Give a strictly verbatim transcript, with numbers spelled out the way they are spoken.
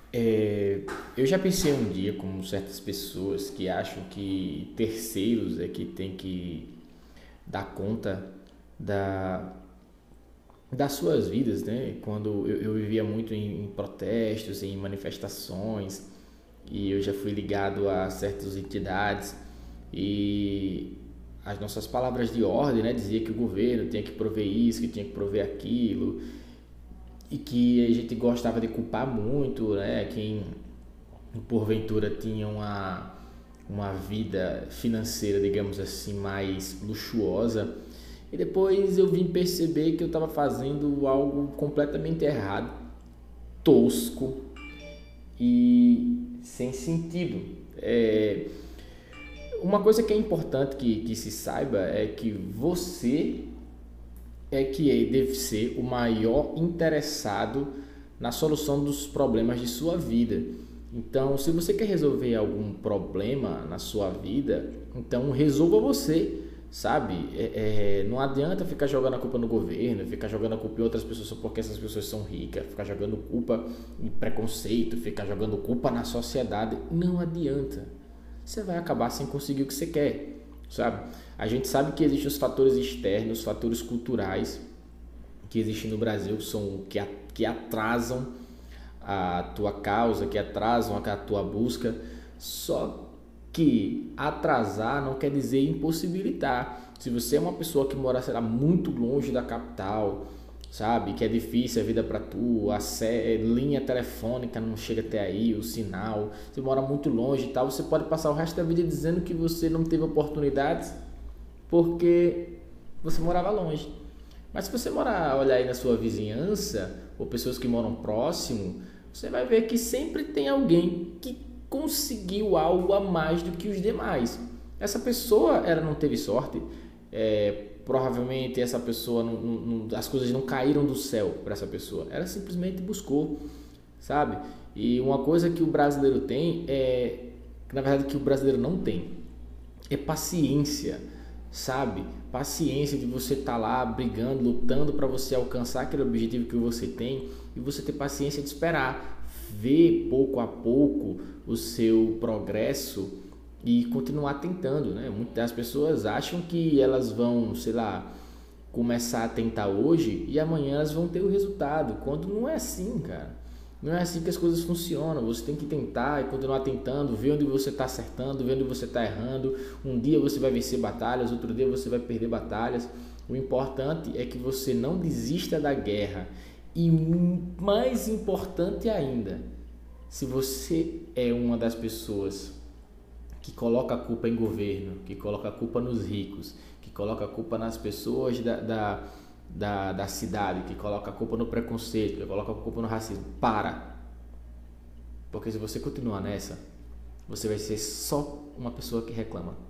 É, eu já pensei um dia como certas pessoas que acham que terceiros é que tem que dar conta da, das suas vidas, né? Quando eu, eu vivia muito em, em protestos, em manifestações, e eu já fui ligado a certas entidades e as nossas palavras de ordem, né, dizia que o governo tinha que prover isso, que tinha que prover aquilo, e que a gente gostava de culpar muito, né, quem porventura tinha uma, uma vida financeira, digamos assim, mais luxuosa. E depois eu vim perceber que eu estava fazendo algo completamente errado, tosco e sem sentido. É, uma coisa que é importante que, que se saiba é que você é que é, deve ser o maior interessado na solução dos problemas de sua vida. Então, se você quer resolver algum problema na sua vida, então resolva você, sabe? É, é, não adianta ficar jogando a culpa no governo, ficar jogando a culpa em outras pessoas só porque essas pessoas são ricas, ficar jogando culpa em preconceito, ficar jogando culpa na sociedade. Não adianta. Você vai acabar sem conseguir o que você quer, sabe? A gente sabe que existem os fatores externos, os fatores culturais que existem no Brasil, que são que, que atrasam a tua causa, que atrasam a tua busca. Só que atrasar não quer dizer impossibilitar. Se você é uma pessoa que mora, sei lá, muito longe da capital, sabe, que é difícil a vida para tu, a linha telefônica não chega até aí, o sinal, você mora muito longe e tal, você pode passar o resto da vida dizendo que você não teve oportunidades porque você morava longe. Mas se você morar, olhar aí na sua vizinhança, ou pessoas que moram próximo, você vai ver que sempre tem alguém que conseguiu algo a mais do que os demais. Essa pessoa, ela não teve sorte, é, provavelmente essa pessoa, não, não, as coisas não caíram do céu para essa pessoa, ela simplesmente buscou, sabe? E uma coisa que o brasileiro tem é, na verdade, que o brasileiro não tem, é paciência, sabe? Paciência de você estar tá lá brigando, lutando para você alcançar aquele objetivo que você tem e você ter paciência de esperar, ver pouco a pouco o seu progresso e continuar tentando, né? Muitas pessoas acham que elas vão, sei lá, começar a tentar hoje e amanhã elas vão ter o resultado, quando não é assim, cara. Não é assim que as coisas funcionam. Você tem que tentar e continuar tentando, ver onde você está acertando, ver onde você está errando. Um dia você vai vencer batalhas, outro dia você vai perder batalhas. O importante é que você não desista da guerra. E mais importante ainda, se você é uma das pessoas que coloca a culpa em governo, que coloca a culpa nos ricos, que coloca a culpa nas pessoas da, da Da, da cidade, que coloca a culpa no preconceito, que coloca a culpa no racismo, para. Porque se você continuar nessa, você vai ser só uma pessoa que reclama.